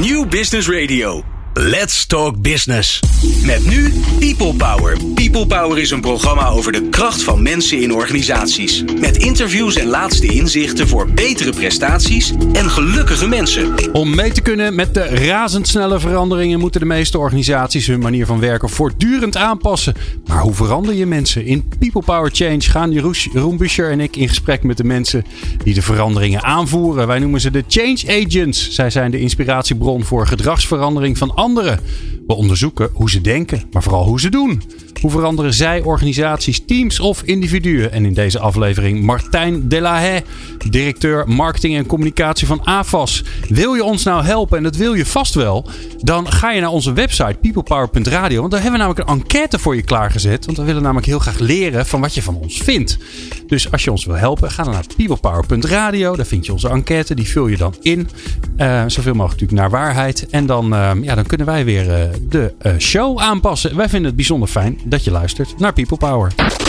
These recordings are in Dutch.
New Business Radio. Let's Talk Business. Met nu People Power. People Power is een programma over de kracht van mensen in organisaties. Met interviews en laatste inzichten voor betere prestaties en gelukkige mensen. Om mee te kunnen met de razendsnelle veranderingen moeten de meeste organisaties hun manier van werken voortdurend aanpassen. Maar hoe verander je mensen? In People Power Change gaan Jeroen Buescher en ik in gesprek met de mensen die de veranderingen aanvoeren. Wij noemen ze de Change Agents. Zij zijn de inspiratiebron voor gedragsverandering van anderen. We onderzoeken hoe ze denken, maar vooral hoe ze doen. Hoe veranderen zij organisaties, teams of individuen? En in deze aflevering Martijn Delahaye, directeur marketing en communicatie van AFAS. Wil je ons nou helpen, en dat wil je vast wel, dan ga je naar onze website peoplepower.radio. Want daar hebben we namelijk een enquête voor je klaargezet. Want we willen namelijk heel graag leren van wat je van ons vindt. Dus als je ons wil helpen, ga dan naar peoplepower.radio. Daar vind je onze enquête, die vul je dan in. Zoveel mogelijk natuurlijk naar waarheid. En dan kunnen wij weer de show aanpassen. Wij vinden het bijzonder fijn dat je luistert naar People Power.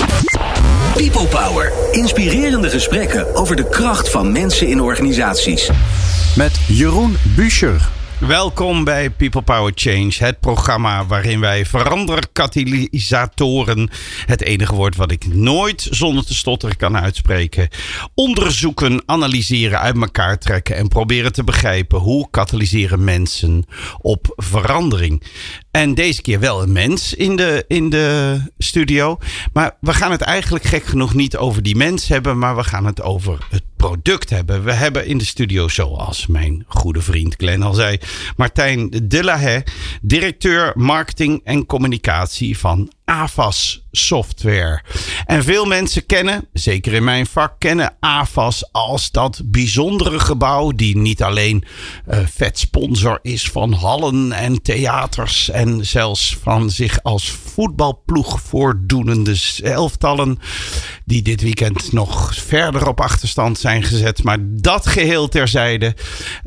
People Power. Inspirerende gesprekken over de kracht van mensen in organisaties. Met Jeroen Buescher. Welkom bij People Power Change, het programma waarin wij veranderkatalysatoren, het enige woord wat ik nooit zonder te stotteren kan uitspreken, onderzoeken, analyseren, uit elkaar trekken en proberen te begrijpen hoe katalyseren mensen op verandering. En deze keer wel een mens in de studio. Maar we gaan het eigenlijk gek genoeg niet over die mens hebben, maar we gaan het over het product hebben. We hebben in de studio, zoals mijn goede vriend Glenn al zei, Martijn Delahaye, directeur marketing en communicatie van AFAS Software. En veel mensen kennen, zeker in mijn vak, kennen AFAS als dat bijzondere gebouw die niet alleen vet sponsor is van hallen en theaters en zelfs van zich als voetbalploeg voordoenende elftallen die dit weekend nog verder op achterstand zijn gezet. Maar dat geheel terzijde.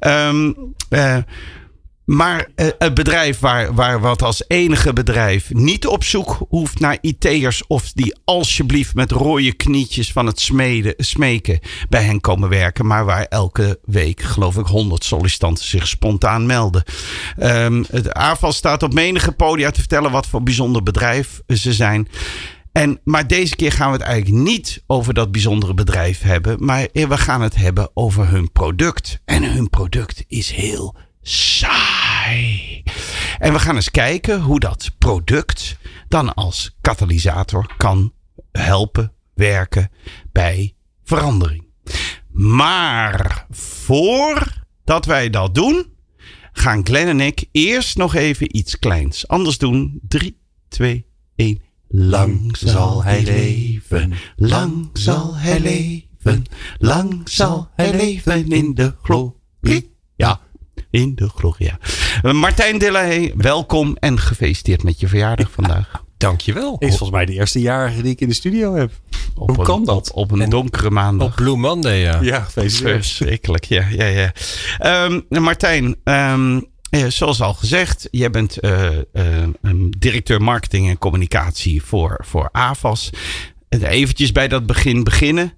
Maar het bedrijf waar wat als enige bedrijf niet op zoek hoeft naar IT'ers of die alsjeblieft met rode knietjes van het smeken bij hen komen werken. Maar waar elke week geloof ik 100 sollicitanten zich spontaan melden. Het AFAS staat op menige podia te vertellen wat voor bijzonder bedrijf ze zijn. Maar deze keer gaan we het eigenlijk niet over dat bijzondere bedrijf hebben. Maar we gaan het hebben over hun product. En hun product is heel saai. En we gaan eens kijken hoe dat product dan als katalysator kan helpen werken bij verandering. Maar voordat wij dat doen, gaan Glenn en ik eerst nog even iets kleins anders doen. 3, 2, 1. Lang zal hij leven, lang zal hij leven, lang zal hij leven in de glorie. Ja, in de glorie. Martijn Delahaye, welkom en gefeliciteerd met je verjaardag vandaag. Dankjewel. Is volgens mij de eerste jarige die ik in de studio heb. Hoe kan dat? Op een donkere maandag. Op Blue Monday, ja. Ja, verschrikkelijk. Ja. Martijn, zoals al gezegd, jij bent directeur marketing en communicatie voor AFAS. Eventjes bij dat beginnen.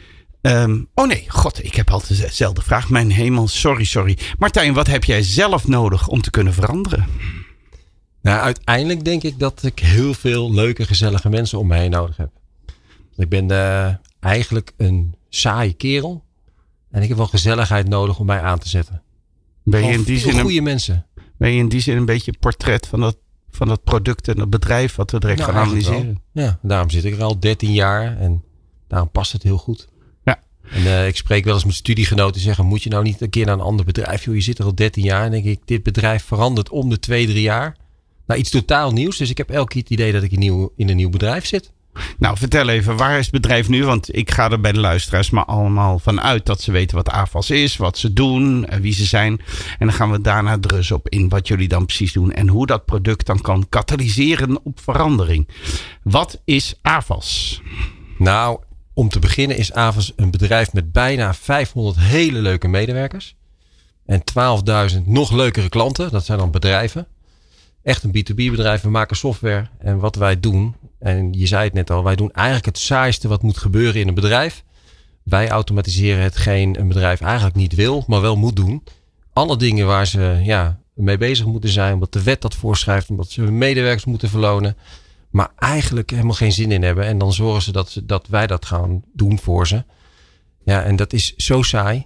Ik heb altijd dezelfde vraag. Mijn hemel, sorry. Martijn, wat heb jij zelf nodig om te kunnen veranderen? Nou, uiteindelijk denk ik dat ik heel veel leuke, gezellige mensen om me heen nodig heb. Ik ben eigenlijk een saaie kerel. En ik heb wel gezelligheid nodig om mij aan te zetten. Ben je in die zin goede mensen. Ben je in die zin een beetje een portret van dat product en dat bedrijf wat we direct gaan analyseren? Ja, daarom zit ik er al 13 jaar en daarom past het heel goed. Ja. En ik spreek wel eens met studiegenoten die zeggen, moet je nou niet een keer naar een ander bedrijf? Joh, je zit er al 13 jaar en denk ik, dit bedrijf verandert om de 2-3 jaar. Nou, iets totaal nieuws. Dus ik heb elke keer het idee dat ik in een nieuw bedrijf zit. Nou, vertel even, waar is het bedrijf nu? Want ik ga er bij de luisteraars maar allemaal van uit dat ze weten wat AFAS is, wat ze doen, wie ze zijn. En dan gaan we daarna dus op in wat jullie dan precies doen en hoe dat product dan kan katalyseren op verandering. Wat is AFAS? Nou, om te beginnen is AFAS een bedrijf met bijna 500 hele leuke medewerkers. En 12.000 nog leukere klanten. Dat zijn dan bedrijven. Echt een B2B bedrijf. We maken software. En wat wij doen, en je zei het net al, wij doen eigenlijk het saaiste wat moet gebeuren in een bedrijf. Wij automatiseren hetgeen een bedrijf eigenlijk niet wil, maar wel moet doen. alle dingen waar ze mee bezig moeten zijn. Omdat de wet dat voorschrijft. Omdat ze hun medewerkers moeten verlonen. Maar eigenlijk helemaal geen zin in hebben. En dan zorgen ze dat wij dat gaan doen voor ze. Ja, en dat is zo saai.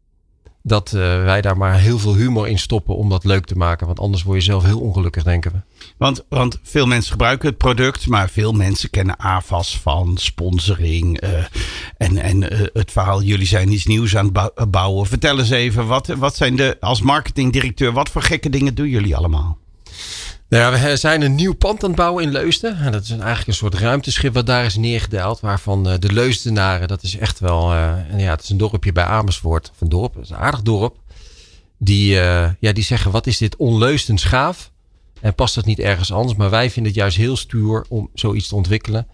Dat wij daar maar heel veel humor in stoppen om dat leuk te maken. Want anders word je zelf heel ongelukkig, denken we. Want veel mensen gebruiken het product. Maar veel mensen kennen AVAS van sponsoring. En het verhaal, jullie zijn iets nieuws aan het bouwen. Vertel eens even, wat zijn als marketingdirecteur, wat voor gekke dingen doen jullie allemaal? Nou ja, we zijn een nieuw pand aan het bouwen in Leusden. En dat is eigenlijk een soort ruimteschip wat daar is neergedaald. Waarvan de Leusdenaren, dat is echt wel... het is een dorpje bij Amersfoort. Of een dorp, dat is een aardig dorp. Die zeggen, wat is dit onleustens gaaf? En past dat niet ergens anders? Maar wij vinden het juist heel stoer om zoiets te ontwikkelen.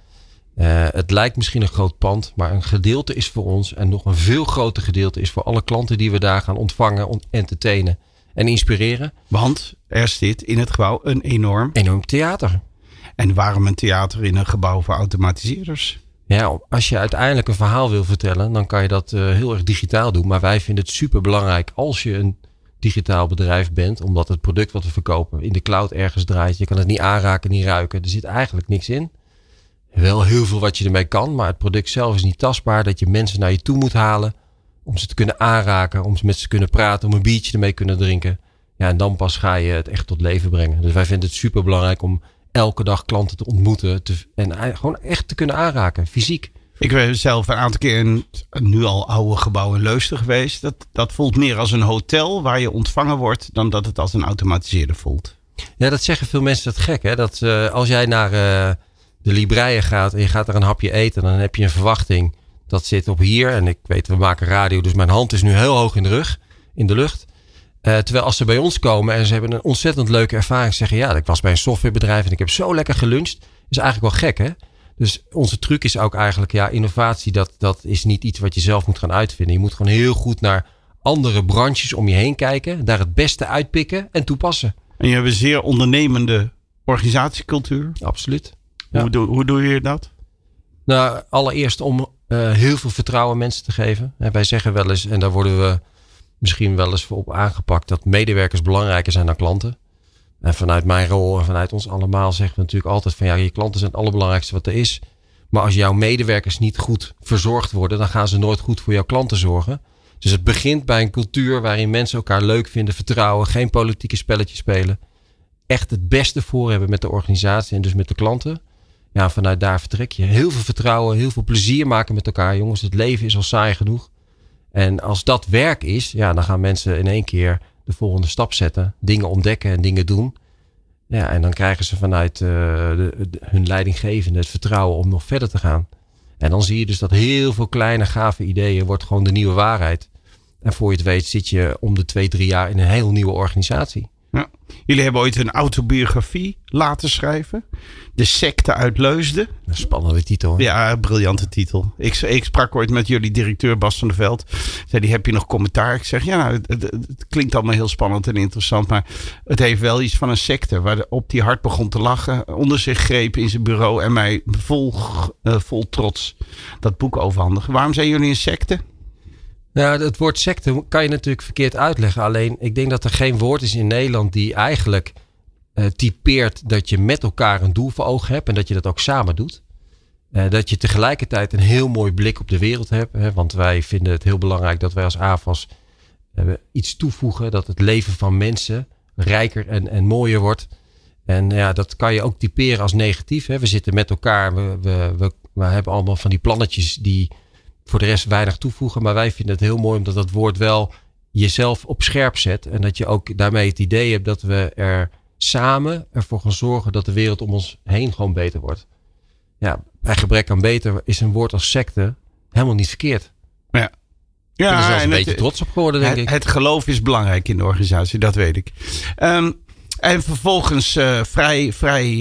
Het lijkt misschien een groot pand. Maar een gedeelte is voor ons. En nog een veel groter gedeelte is voor alle klanten die we daar gaan ontvangen, entertainen en inspireren. Want er zit in het gebouw een enorm theater. En waarom een theater in een gebouw voor automatiseerders? Ja, als je uiteindelijk een verhaal wil vertellen, dan kan je dat heel erg digitaal doen. Maar wij vinden het super belangrijk als je een digitaal bedrijf bent. Omdat het product wat we verkopen in de cloud ergens draait. Je kan het niet aanraken, niet ruiken. Er zit eigenlijk niks in. Wel heel veel wat je ermee kan. Maar het product zelf is niet tastbaar. Dat je mensen naar je toe moet halen. Om ze te kunnen aanraken. Om ze met ze te kunnen praten. Om een biertje ermee kunnen drinken. Ja, en dan pas ga je het echt tot leven brengen. Dus wij vinden het super belangrijk om elke dag klanten te ontmoeten. En gewoon echt te kunnen aanraken. Fysiek. Ik ben zelf een aantal keer in het nu al oude gebouw in Leusden geweest. Dat voelt meer als een hotel waar je ontvangen wordt dan dat het als een automatiseerder voelt. Ja, dat zeggen veel mensen dat gek. Hè? Dat als jij naar de Libreien gaat en je gaat er een hapje eten, dan heb je een verwachting. Dat zit op hier. En ik weet, we maken radio, dus mijn hand is nu heel hoog in de lucht. Terwijl als ze bij ons komen en ze hebben een ontzettend leuke ervaring. Zeggen, ja, ik was bij een softwarebedrijf en ik heb zo lekker geluncht. Is eigenlijk wel gek, hè? Dus onze truc is ook eigenlijk, innovatie, dat is niet iets wat je zelf moet gaan uitvinden. Je moet gewoon heel goed naar andere branches om je heen kijken. Daar het beste uitpikken en toepassen. En je hebt een zeer ondernemende organisatiecultuur. Absoluut. Ja. Hoe doe je dat? Nou, allereerst om heel veel vertrouwen mensen te geven. En wij zeggen wel eens, en daar worden we misschien wel eens voor op aangepakt, dat medewerkers belangrijker zijn dan klanten. En vanuit mijn rol en vanuit ons allemaal zeggen we natuurlijk altijd van je klanten zijn het allerbelangrijkste wat er is. Maar als jouw medewerkers niet goed verzorgd worden, dan gaan ze nooit goed voor jouw klanten zorgen. Dus het begint bij een cultuur waarin mensen elkaar leuk vinden, vertrouwen, geen politieke spelletjes spelen. Echt het beste voor hebben met de organisatie en dus met de klanten. Ja, vanuit daar vertrek je. Heel veel vertrouwen, heel veel plezier maken met elkaar. Jongens, het leven is al saai genoeg. En als dat werk is, dan gaan mensen in één keer de volgende stap zetten. Dingen ontdekken en dingen doen. Ja, en dan krijgen ze vanuit hun leidinggevende het vertrouwen om nog verder te gaan. En dan zie je dus dat heel veel kleine gave ideeën wordt gewoon de nieuwe waarheid. En voor je het weet zit je om de 2-3 jaar in een heel nieuwe organisatie. Ja. Jullie hebben ooit een autobiografie laten schrijven. De secte uit Leusden. Een spannende titel. Hè? Ja, briljante titel. Ik sprak ooit met jullie directeur Bas van der Veld. Zei, heb je nog commentaar? Ik zeg, het klinkt allemaal heel spannend en interessant. Maar het heeft wel iets van een secte. Waarop hij hard begon te lachen. Onder zich greep in zijn bureau. En mij vol trots dat boek overhandigen. Waarom zijn jullie een secte? Nou, het woord secte kan je natuurlijk verkeerd uitleggen. Alleen, ik denk dat er geen woord is in Nederland die eigenlijk typeert dat je met elkaar een doel voor ogen hebt. En dat je dat ook samen doet. Dat je tegelijkertijd een heel mooi blik op de wereld hebt. Hè, want wij vinden het heel belangrijk dat wij als AVAS iets toevoegen. Dat het leven van mensen rijker en mooier wordt. En dat kan je ook typeren als negatief. Hè. We zitten met elkaar. We hebben allemaal van die plannetjes die voor de rest weinig toevoegen. Maar wij vinden het heel mooi omdat dat woord wel jezelf op scherp zet. En dat je ook daarmee het idee hebt dat we er samen ervoor gaan zorgen dat de wereld om ons heen gewoon beter wordt. Ja, bij gebrek aan beter is een woord als secte helemaal niet verkeerd. Ja. Ik ben er zelfs een beetje trots op geworden, denk ik. Het geloof is belangrijk in de organisatie, dat weet ik. En vervolgens vrij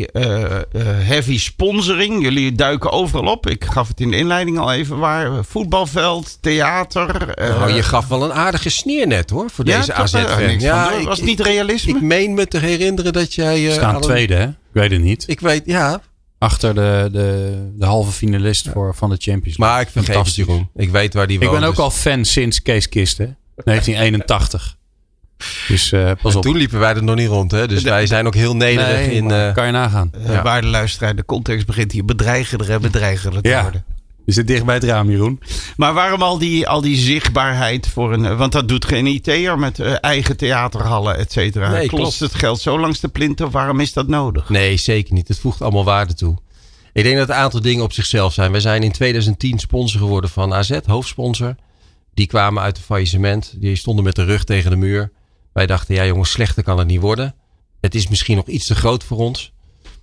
heavy sponsoring. Jullie duiken overal op. Ik gaf het in de inleiding al even waar. Voetbalveld, theater. Je gaf wel een aardige sneer net hoor. Voor deze AZ-fan. Was niet realisme? Ik meen me te herinneren dat jij... staan tweede hè? Ik weet het niet. Ik weet, ja. Achter de halve finalist van de Champions League. Maar ik vergeet het, Jeroen. Ik weet waar die woont. Ik ben ook al fan sinds Kees Kist hè? 1981. Dus pas op. Toen liepen wij er nog niet rond. Hè? Dus wij zijn ook heel nederig kan je nagaan. Waarde luisteraar, de context begint hier bedreigerder te worden. Je zit dicht bij het raam, Jeroen. Maar waarom al die zichtbaarheid voor een... Want dat doet geen IT'er met eigen theaterhallen, et cetera. Nee, Klopt het geld zo langs de plint of waarom is dat nodig? Nee, zeker niet. Het voegt allemaal waarde toe. Ik denk dat een aantal dingen op zichzelf zijn. Wij zijn in 2010 sponsor geworden van AZ, hoofdsponsor. Die kwamen uit een faillissement. Die stonden met de rug tegen de muur. Wij dachten, ja jongens, slechter kan het niet worden. Het is misschien nog iets te groot voor ons.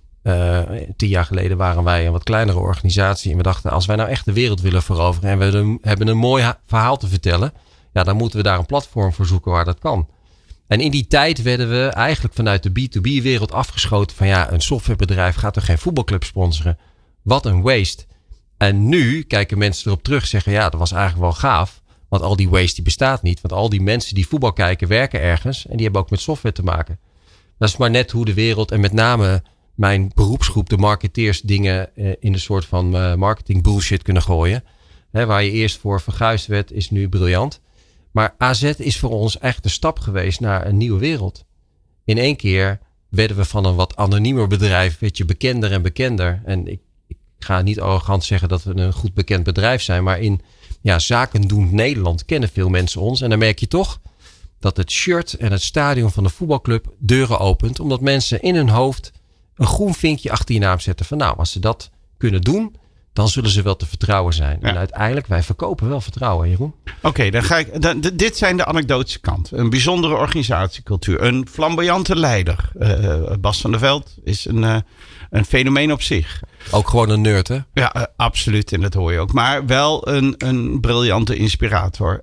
10 jaar geleden waren wij een wat kleinere organisatie. En we dachten, als wij nou echt de wereld willen veroveren. En we hebben een mooi verhaal te vertellen. Ja, dan moeten we daar een platform voor zoeken waar dat kan. En in die tijd werden we eigenlijk vanuit de B2B wereld afgeschoten. Van ja, een softwarebedrijf gaat toch geen voetbalclub sponsoren. Wat een waste. En nu kijken mensen erop terug en zeggen, ja, dat was eigenlijk wel gaaf. Want al die waste die bestaat niet. Want al die mensen die voetbal kijken werken ergens. En die hebben ook met software te maken. Dat is maar net hoe de wereld en met name mijn beroepsgroep, de marketeers, dingen in een soort van marketing bullshit kunnen gooien. Waar je eerst voor verguisd werd, is nu briljant. Maar AZ is voor ons echt een stap geweest naar een nieuwe wereld. In één keer werden we van een wat anoniemer bedrijf, werd je bekender en bekender. En ik ga niet arrogant zeggen dat we een goed bekend bedrijf zijn, maar in zakendoend Nederland kennen veel mensen ons. En dan merk je toch dat het shirt en het stadion van de voetbalclub deuren opent, omdat mensen in hun hoofd een groen vinkje achter je naam zetten van nou, als ze dat kunnen doen, dan zullen ze wel te vertrouwen zijn. Ja. En uiteindelijk, wij verkopen wel vertrouwen, Jeroen. Oké, dan ga ik. Dit zijn de anekdotische kant. Een bijzondere organisatiecultuur. Een flamboyante leider. Bas van der Veld is een fenomeen op zich. Ook gewoon een nerd, hè? Ja, absoluut. En dat hoor je ook. Maar wel een briljante inspirator.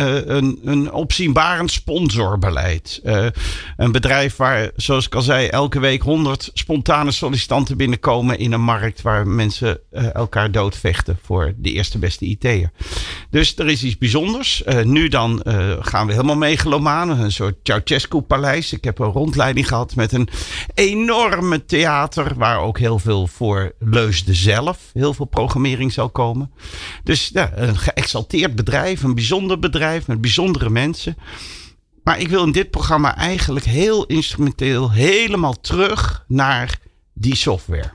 Een opzienbarend sponsorbeleid. Een bedrijf waar, zoals ik al zei, elke week 100 spontane sollicitanten binnenkomen in een markt waar mensen elkaar doodvechten voor de eerste beste IT'er. Dus er is iets bijzonders. Nu dan gaan we helemaal megalomaan. Een soort Ceausescu-paleis. Ik heb een rondleiding gehad met een enorme theater waar ook heel veel voor Leusden zelf heel veel programmering zou komen. Dus een geëxalteerd bedrijf, een bijzonder bedrijf met bijzondere mensen. Maar ik wil in dit programma eigenlijk heel instrumenteel helemaal terug naar die software.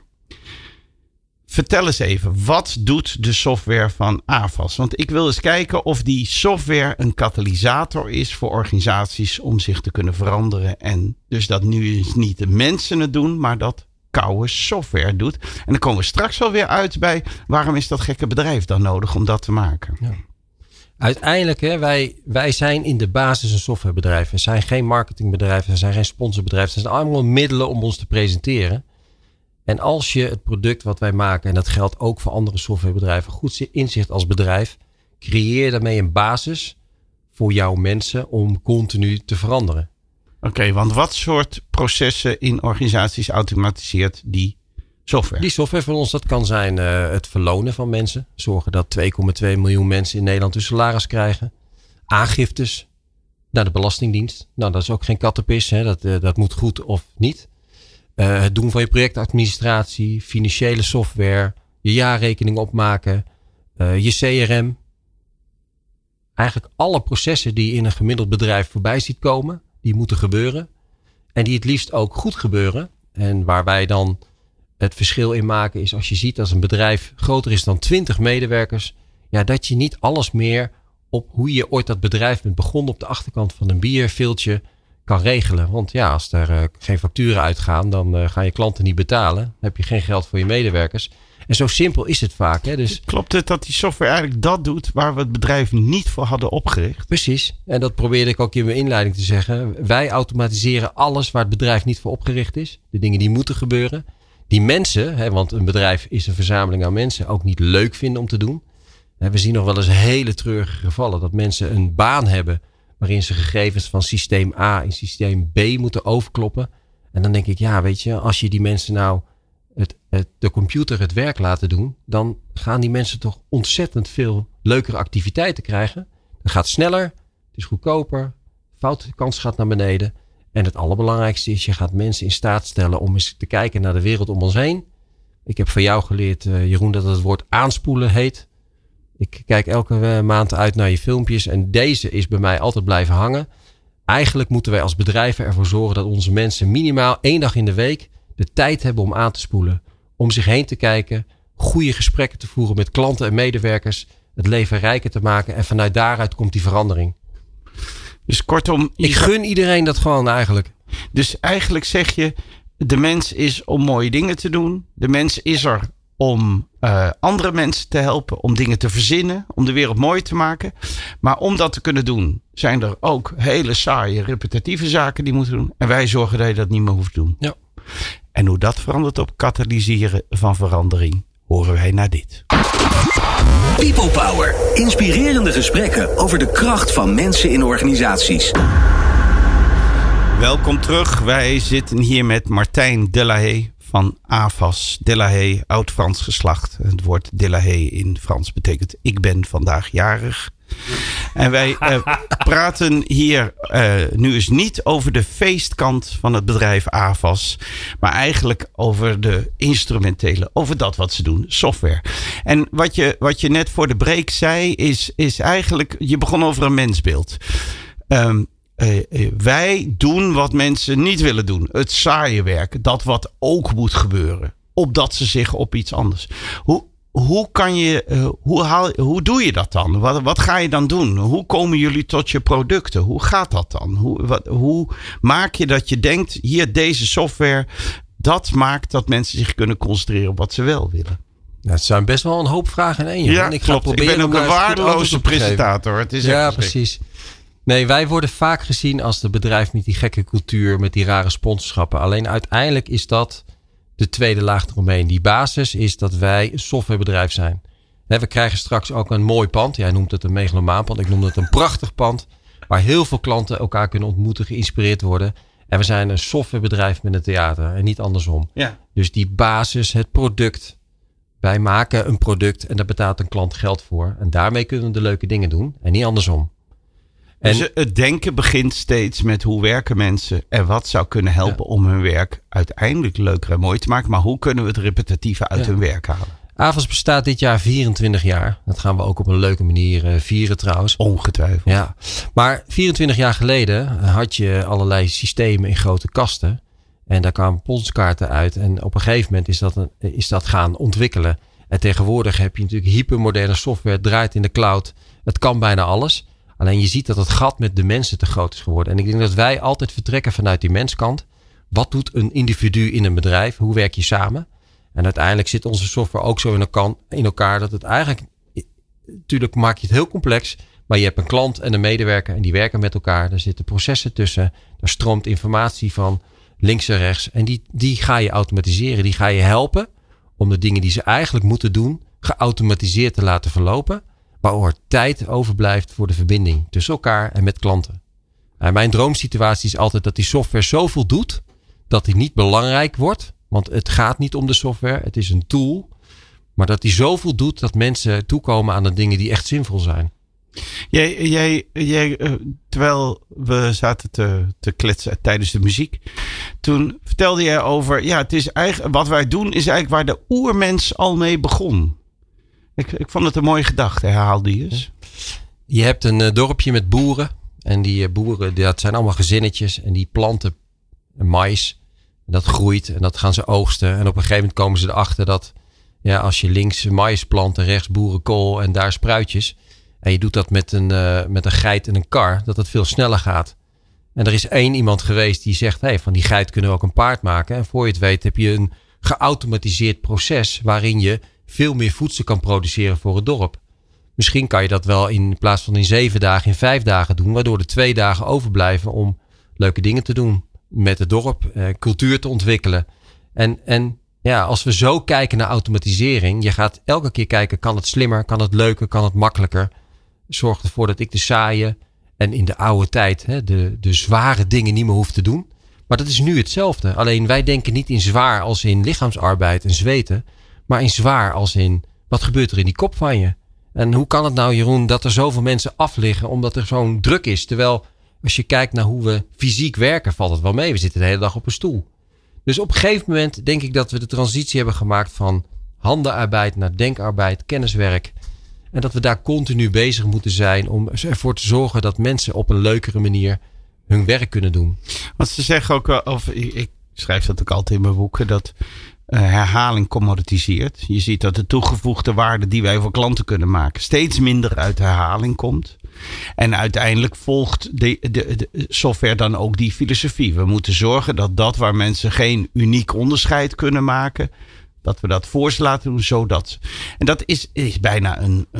Vertel eens even, wat doet de software van Avas? Want ik wil eens kijken of die software een katalysator is voor organisaties om zich te kunnen veranderen. En dus dat nu niet de mensen het doen, maar dat koude software doet. En dan komen we straks wel weer uit bij waarom is dat gekke bedrijf dan nodig om dat te maken? Ja. Uiteindelijk, wij zijn in de basis een softwarebedrijf. We zijn geen marketingbedrijf, we zijn geen sponsorbedrijf. Het zijn allemaal middelen om ons te presenteren. En als je het product wat wij maken, en dat geldt ook voor andere softwarebedrijven, goed inzicht als bedrijf, creëer daarmee een basis voor jouw mensen om continu te veranderen. Oké, want wat soort processen in organisaties automatiseert die software? Die software van ons, dat kan zijn het verlonen van mensen. Zorgen dat 2,2 miljoen mensen in Nederland hun salaris krijgen. Aangiftes naar de Belastingdienst. Nou, dat is ook geen kattenpis. Hè? Dat moet goed of niet. Het doen van je projectadministratie, financiële software, je jaarrekening opmaken, je CRM. Eigenlijk alle processen die je in een gemiddeld bedrijf voorbij ziet komen, die moeten gebeuren. En die het liefst ook goed gebeuren. En waar wij dan het verschil in maken is als je ziet als een bedrijf groter is dan 20 medewerkers. Ja, dat je niet alles meer op hoe je ooit dat bedrijf bent begonnen op de achterkant van een bierviltje kan regelen. Want ja, als er geen facturen uitgaan, dan gaan je klanten niet betalen. Dan heb je geen geld voor je medewerkers. En zo simpel is het vaak. Hè? Dus, klopt het dat die software eigenlijk dat doet waar we het bedrijf niet voor hadden opgericht? Precies. En dat probeerde ik ook in mijn inleiding te zeggen. Wij automatiseren alles waar het bedrijf niet voor opgericht is. De dingen die moeten gebeuren. Die mensen, hè, want een bedrijf is een verzameling aan mensen, ook niet leuk vinden om te doen. We zien nog wel eens hele treurige gevallen dat mensen een baan hebben waarin ze gegevens van systeem A in systeem B moeten overkloppen. En dan denk ik, ja, weet je, als je die mensen nou de computer het werk laten doen, dan gaan die mensen toch ontzettend veel leukere activiteiten krijgen. Het gaat sneller, het is goedkoper, foutkans gaat naar beneden. En het allerbelangrijkste is, je gaat mensen in staat stellen om eens te kijken naar de wereld om ons heen. Ik heb van jou geleerd, Jeroen, dat het woord aanspoelen heet. Ik kijk elke maand uit naar je filmpjes en deze is bij mij altijd blijven hangen. Eigenlijk moeten wij als bedrijven ervoor zorgen dat onze mensen minimaal 1 dag in de week de tijd hebben om aan te spoelen. Om zich heen te kijken, goede gesprekken te voeren met klanten en medewerkers, het leven rijker te maken en vanuit daaruit komt die verandering. Dus kortom... Ik gun iedereen dat gewoon eigenlijk. Dus eigenlijk zeg je, de mens is om mooie dingen te doen. De mens is er om andere mensen te helpen, om dingen te verzinnen, om de wereld mooi te maken. Maar om dat te kunnen doen, zijn er ook hele saaie, repetitieve zaken die moeten doen. En wij zorgen dat je dat niet meer hoeft te doen. Ja. En hoe dat verandert op katalyseren van verandering, horen wij naar dit. People Power. Inspirerende gesprekken over de kracht van mensen in organisaties. Welkom terug. Wij zitten hier met Martijn Delahaye van AVAS. Delahaye, oud-Frans geslacht. Het woord Delahaye in Frans betekent ik ben vandaag jarig. En wij praten hier nu eens niet over de feestkant van het bedrijf AVAS. Maar eigenlijk over de instrumentele, over dat wat ze doen, software. En wat je net voor de break zei, is eigenlijk, je begon over een mensbeeld. Wij doen wat mensen niet willen doen. Het saaie werk, dat wat ook moet gebeuren. Opdat ze zich op iets anders. Hoe doe je dat dan? Wat ga je dan doen? Hoe komen jullie tot je producten? Hoe gaat dat dan? Hoe maak je dat je denkt, hier deze software, dat maakt dat mensen zich kunnen concentreren op wat ze wel willen? Nou, het zijn best wel een hoop vragen in één. Ja, ik klopt. Ik ben ook een waardeloze presentator. Het is ja, precies. Nee, wij worden vaak gezien als de bedrijf met die gekke cultuur, met die rare sponsorschappen. Alleen uiteindelijk is dat de tweede laag eromheen. Die basis is dat wij een softwarebedrijf zijn. We krijgen straks ook een mooi pand. Jij noemt het een megalomaanpand. Ik noem het een prachtig pand. Waar heel veel klanten elkaar kunnen ontmoeten, geïnspireerd worden. En we zijn een softwarebedrijf met een theater en niet andersom. Ja. Dus die basis, het product. Wij maken een product en daar betaalt een klant geld voor. En daarmee kunnen we de leuke dingen doen en niet andersom. Dus het denken begint steeds met hoe werken mensen en wat zou kunnen helpen om hun werk uiteindelijk leuker en mooi te maken. Maar hoe kunnen we het repetitieve uit hun werk halen? AVAS bestaat dit jaar 24 jaar. Dat gaan we ook op een leuke manier vieren trouwens. Ongetwijfeld. Ja. Maar 24 jaar geleden had je allerlei systemen in grote kasten. En daar kwamen ponskaarten uit. En op een gegeven moment is dat gaan ontwikkelen. En tegenwoordig heb je natuurlijk hypermoderne software. Het draait in de cloud. Het kan bijna alles. Alleen je ziet dat het gat met de mensen te groot is geworden. En ik denk dat wij altijd vertrekken vanuit die menskant. Wat doet een individu in een bedrijf? Hoe werk je samen? En uiteindelijk zit onze software ook zo in elkaar dat het eigenlijk... Natuurlijk maak je het heel complex. Maar je hebt een klant en een medewerker en die werken met elkaar. Er zitten processen tussen. Er stroomt informatie van links en rechts. En die ga je automatiseren. Die ga je helpen om de dingen die ze eigenlijk moeten doen geautomatiseerd te laten verlopen. Waardoor tijd overblijft voor de verbinding tussen elkaar en met klanten. En mijn droomsituatie is altijd dat die software zoveel doet dat die niet belangrijk wordt. Want het gaat niet om de software. Het is een tool. Maar dat die zoveel doet dat mensen toekomen aan de dingen die echt zinvol zijn. Jij terwijl we zaten te kletsen tijdens de muziek. Toen vertelde jij over, het is eigenlijk, wat wij doen is eigenlijk waar de oermens al mee begon. Ik vond het een mooie gedachte, herhaal die eens. Je hebt een dorpje met boeren. En die boeren, dat zijn allemaal gezinnetjes. En die planten mais. En dat groeit en dat gaan ze oogsten. En op een gegeven moment komen ze erachter dat als je links mais plant en rechts boerenkool en daar spruitjes. En je doet dat met een geit en een kar. Dat het veel sneller gaat. En er is één iemand geweest die zegt, van die geit kunnen we ook een paard maken. En voor je het weet heb je een geautomatiseerd proces waarin je veel meer voedsel kan produceren voor het dorp. Misschien kan je dat wel in plaats van in 7 dagen, in 5 dagen doen. Waardoor er 2 dagen overblijven om leuke dingen te doen met het dorp. Cultuur te ontwikkelen. En als we zo kijken naar automatisering. Je gaat elke keer kijken, kan het slimmer, kan het leuker, kan het makkelijker. Zorg ervoor dat ik de saaie en in de oude tijd de zware dingen niet meer hoef te doen. Maar dat is nu hetzelfde. Alleen wij denken niet in zwaar als in lichaamsarbeid en zweten. Maar in zwaar als in, wat gebeurt er in die kop van je? En hoe kan het nou, Jeroen, dat er zoveel mensen afliggen omdat er zo'n druk is? Terwijl, als je kijkt naar hoe we fysiek werken, valt het wel mee. We zitten de hele dag op een stoel. Dus op een gegeven moment denk ik dat we de transitie hebben gemaakt van handenarbeid naar denkarbeid, kenniswerk. En dat we daar continu bezig moeten zijn om ervoor te zorgen dat mensen op een leukere manier hun werk kunnen doen. Want ze zeggen ook, of ik schrijf dat ook altijd in mijn boeken, dat herhaling commoditiseert. Je ziet dat de toegevoegde waarde die wij voor klanten kunnen maken steeds minder uit herhaling komt. En uiteindelijk volgt de software dan ook die filosofie. We moeten zorgen dat waar mensen geen uniek onderscheid kunnen maken, dat we dat voor ze laten doen, zodat. En dat is bijna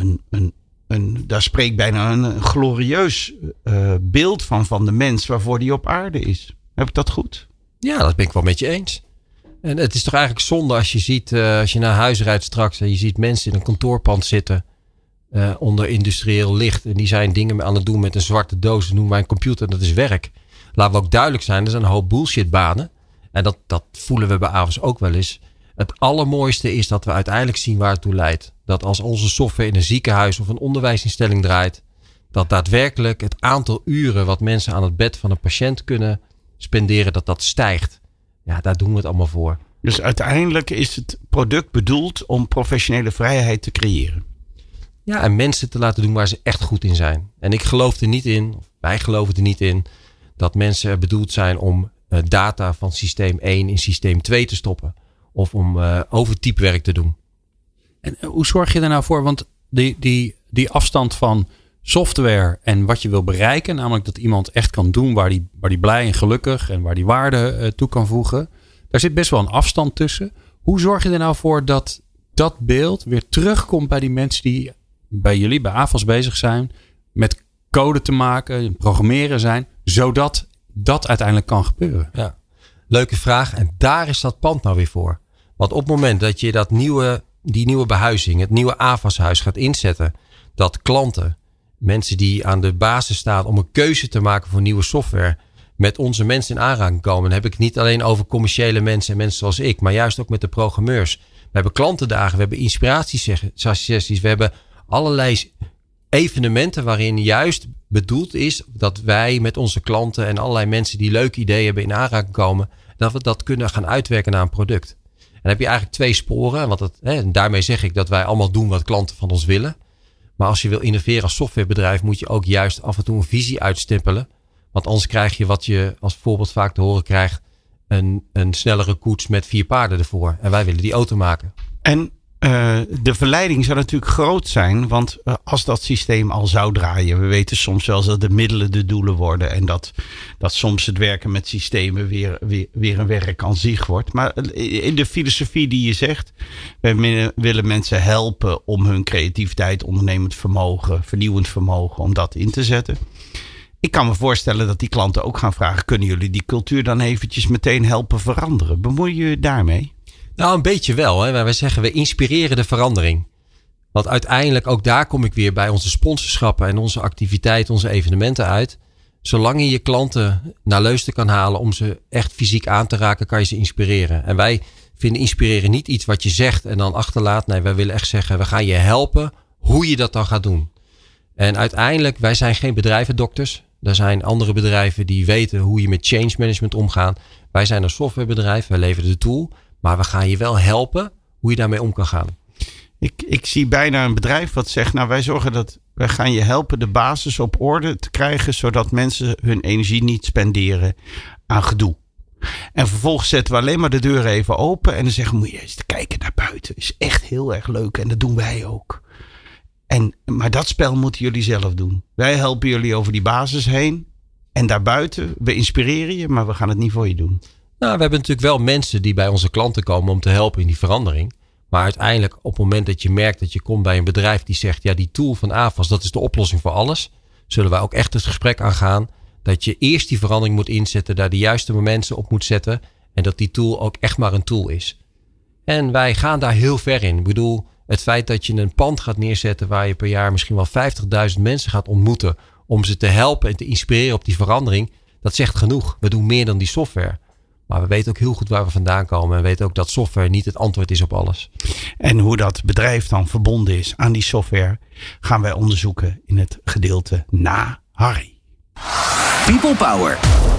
daar spreekt bijna een glorieus beeld van de mens waarvoor die op aarde is. Heb ik dat goed? Ja, dat ben ik wel met je eens. En het is toch eigenlijk zonde als je ziet, als je naar huis rijdt straks en je ziet mensen in een kantoorpand zitten onder industrieel licht. En die zijn dingen aan het doen met een zwarte doos. Noem maar een computer, dat is werk. Laten we ook duidelijk zijn, er zijn een hoop bullshitbanen. En dat voelen we bij Avas ook wel eens. Het allermooiste is dat we uiteindelijk zien waar het toe leidt. Dat als onze software in een ziekenhuis of een onderwijsinstelling draait, dat daadwerkelijk het aantal uren wat mensen aan het bed van een patiënt kunnen spenderen, dat stijgt. Ja, daar doen we het allemaal voor. Dus uiteindelijk is het product bedoeld om professionele vrijheid te creëren. Ja, en mensen te laten doen waar ze echt goed in zijn. En ik geloof er niet in, of wij geloven er niet in, dat mensen er bedoeld zijn om data van systeem 1 in systeem 2 te stoppen. Of om overtypewerk te doen. En hoe zorg je er nou voor? Want die afstand van software en wat je wil bereiken, namelijk dat iemand echt kan doen waar die blij en gelukkig en waar die waarde toe kan voegen. Daar zit best wel een afstand tussen. Hoe zorg je er nou voor dat dat beeld weer terugkomt bij die mensen die bij jullie, bij Avas bezig zijn, met code te maken, programmeren zijn, zodat dat uiteindelijk kan gebeuren? Ja, leuke vraag. En daar is dat pand nou weer voor. Want op het moment dat je die nieuwe behuizing, het nieuwe Avashuis gaat inzetten, dat klanten, mensen die aan de basis staan om een keuze te maken voor nieuwe software, met onze mensen in aanraking komen. Dan heb ik het niet alleen over commerciële mensen en mensen zoals ik, maar juist ook met de programmeurs. We hebben klantendagen, we hebben inspiratiesessies, we hebben allerlei evenementen waarin juist bedoeld is dat wij met onze klanten en allerlei mensen die leuke ideeën hebben in aanraking komen, dat we dat kunnen gaan uitwerken naar een product. En dan heb je eigenlijk 2 sporen. En daarmee zeg ik dat wij allemaal doen wat klanten van ons willen. Maar als je wil innoveren als softwarebedrijf, moet je ook juist af en toe een visie uitstippelen. Want anders krijg je wat je als voorbeeld vaak te horen krijgt, een snellere koets met 4 paarden ervoor. En wij willen die auto maken. En de verleiding zou natuurlijk groot zijn. Want als dat systeem al zou draaien. We weten soms wel dat de middelen de doelen worden. En dat soms het werken met systemen weer een werk aan zich wordt. Maar in de filosofie die je zegt. We willen mensen helpen om hun creativiteit, ondernemend vermogen, vernieuwend vermogen, om dat in te zetten. Ik kan me voorstellen dat die klanten ook gaan vragen, kunnen jullie die cultuur dan eventjes meteen helpen veranderen? Bemoei je je daarmee? Nou, een beetje wel. Hè. Wij zeggen, we inspireren de verandering. Want uiteindelijk, ook daar kom ik weer bij onze sponsorschappen en onze activiteiten, onze evenementen uit. Zolang je je klanten naar Leusden kan halen om ze echt fysiek aan te raken, kan je ze inspireren. En wij vinden inspireren niet iets wat je zegt en dan achterlaat. Nee, wij willen echt zeggen, we gaan je helpen hoe je dat dan gaat doen. En uiteindelijk, wij zijn geen bedrijvendokters. Er zijn andere bedrijven die weten hoe je met change management omgaat. Wij zijn een softwarebedrijf, wij leveren de tool. Maar we gaan je wel helpen hoe je daarmee om kan gaan. Ik zie bijna een bedrijf wat zegt, nou wij gaan je helpen de basis op orde te krijgen, zodat mensen hun energie niet spenderen aan gedoe. En vervolgens zetten we alleen maar de deur even open en dan zeggen we, moet je eens te kijken naar buiten. Is echt heel erg leuk en dat doen wij ook. Maar dat spel moeten jullie zelf doen. Wij helpen jullie over die basis heen. En daarbuiten, we inspireren je, maar we gaan het niet voor je doen. Nou, we hebben natuurlijk wel mensen die bij onze klanten komen om te helpen in die verandering. Maar uiteindelijk op het moment dat je merkt dat je komt bij een bedrijf die zegt, ja, die tool van Avas, dat is de oplossing voor alles. Zullen wij ook echt het gesprek aangaan dat je eerst die verandering moet inzetten, daar de juiste mensen op moet zetten. En dat die tool ook echt maar een tool is. En wij gaan daar heel ver in. Ik bedoel, het feit dat je een pand gaat neerzetten waar je per jaar misschien wel 50.000 mensen gaat ontmoeten om ze te helpen en te inspireren op die verandering, dat zegt genoeg. We doen meer dan die software. Maar we weten ook heel goed waar we vandaan komen. En weten ook dat software niet het antwoord is op alles. En hoe dat bedrijf dan verbonden is aan die software, gaan wij onderzoeken in het gedeelte na Harry. People Power.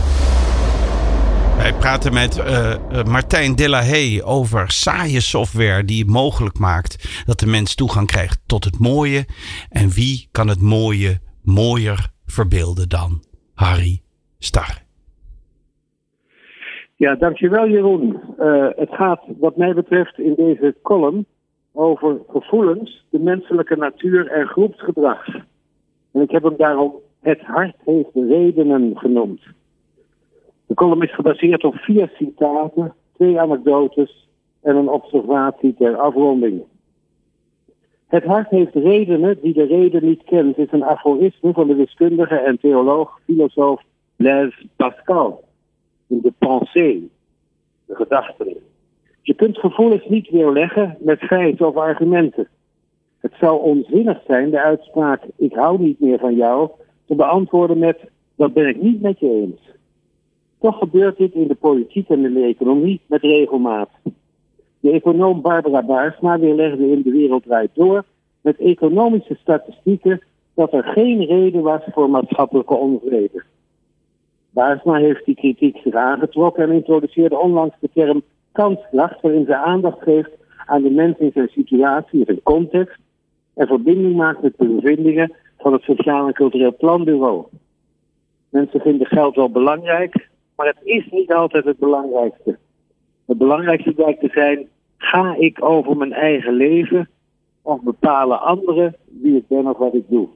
Wij praten met Martijn Delahaye over saaie software die het mogelijk maakt dat de mens toegang krijgt tot het mooie. En wie kan het mooie mooier verbeelden dan Harry Starre. Ja, dankjewel Jeroen. Het gaat wat mij betreft in deze column over gevoelens, de menselijke natuur en groepsgedrag. En ik heb hem daarom Het hart heeft redenen genoemd. De column is gebaseerd op 4 citaten, 2 anekdotes en een observatie ter afronding. Het hart heeft redenen die de reden niet kent, is een aforisme van de wiskundige en theoloog, filosoof Blaise Pascal. In de pensée, de gedachten. Je kunt gevoelens niet weerleggen met feiten of argumenten. Het zou onzinnig zijn de uitspraak, ik hou niet meer van jou, te beantwoorden met, dat ben ik niet met je eens. Toch gebeurt dit in de politiek en in de economie met regelmaat. De econoom Barbara Baarsma weerlegde in De Wereld Draait Door met economische statistieken dat er geen reden was voor maatschappelijke onvrede. Baarsma heeft die kritiek zich aangetrokken en introduceerde onlangs de term kanskracht, waarin ze aandacht geeft aan de mens in zijn situatie, in zijn context, en verbinding maakt met de bevindingen van het Sociaal en Cultureel Planbureau. Mensen vinden geld wel belangrijk, maar het is niet altijd het belangrijkste. Het belangrijkste blijkt te zijn, ga ik over mijn eigen leven of bepalen anderen wie ik ben of wat ik doe.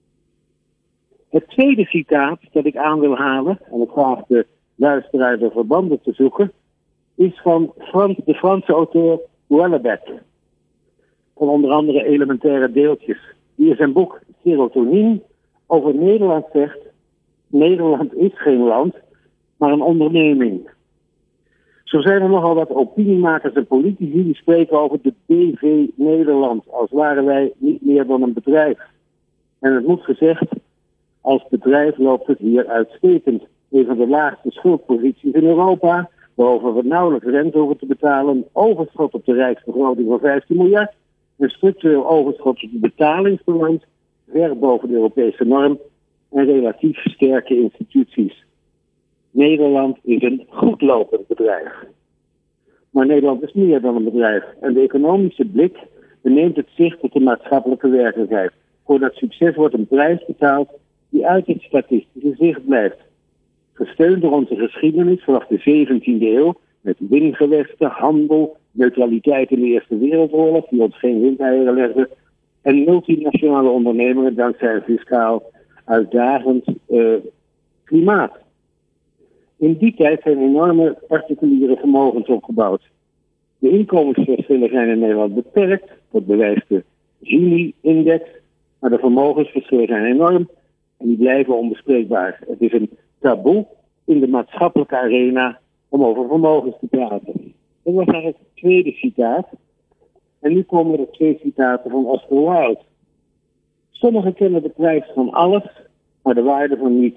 Het tweede citaat dat ik aan wil halen, en ik vraag de luisteraar de verbanden te zoeken, is van de Franse auteur Houellebecq. Van onder andere Elementaire Deeltjes. Die in zijn boek Serotonine over Nederland zegt, Nederland is geen land, maar een onderneming. Zo zijn er nogal wat opiniemakers en politici die spreken over de BV Nederland, als waren wij niet meer dan een bedrijf. En het moet gezegd, als bedrijf loopt het hier uitstekend. Een van de laagste schuldposities in Europa, waarover we nauwelijks rente hoeven te betalen, een overschot op de rijksbegroting van 15 miljard, een structureel overschot op de betalingsbalans, ver boven de Europese norm, en relatief sterke instituties. Nederland is een goed lopend bedrijf. Maar Nederland is meer dan een bedrijf. En de economische blik beneemt het zicht op de maatschappelijke werkelijkheid. Voor dat succes wordt een prijs betaald die uit het statistische zicht blijft. Gesteund door onze geschiedenis vanaf de 17e eeuw, met windgewesten, handel, neutraliteit in de Eerste Wereldoorlog, die ons geen windeieren legde, en multinationale ondernemingen dankzij een fiscaal uitdagend klimaat. In die tijd zijn enorme particuliere vermogens opgebouwd. De inkomensverschillen zijn in Nederland beperkt, dat bewijst de Gini-index, maar de vermogensverschillen zijn enorm en die blijven onbespreekbaar. Het is een taboe in de maatschappelijke arena om over vermogens te praten. Dat was eigenlijk het tweede citaat. En nu komen er 2 citaten van Oscar Wilde. Sommigen kennen de prijs van alles, maar de waarde van niets.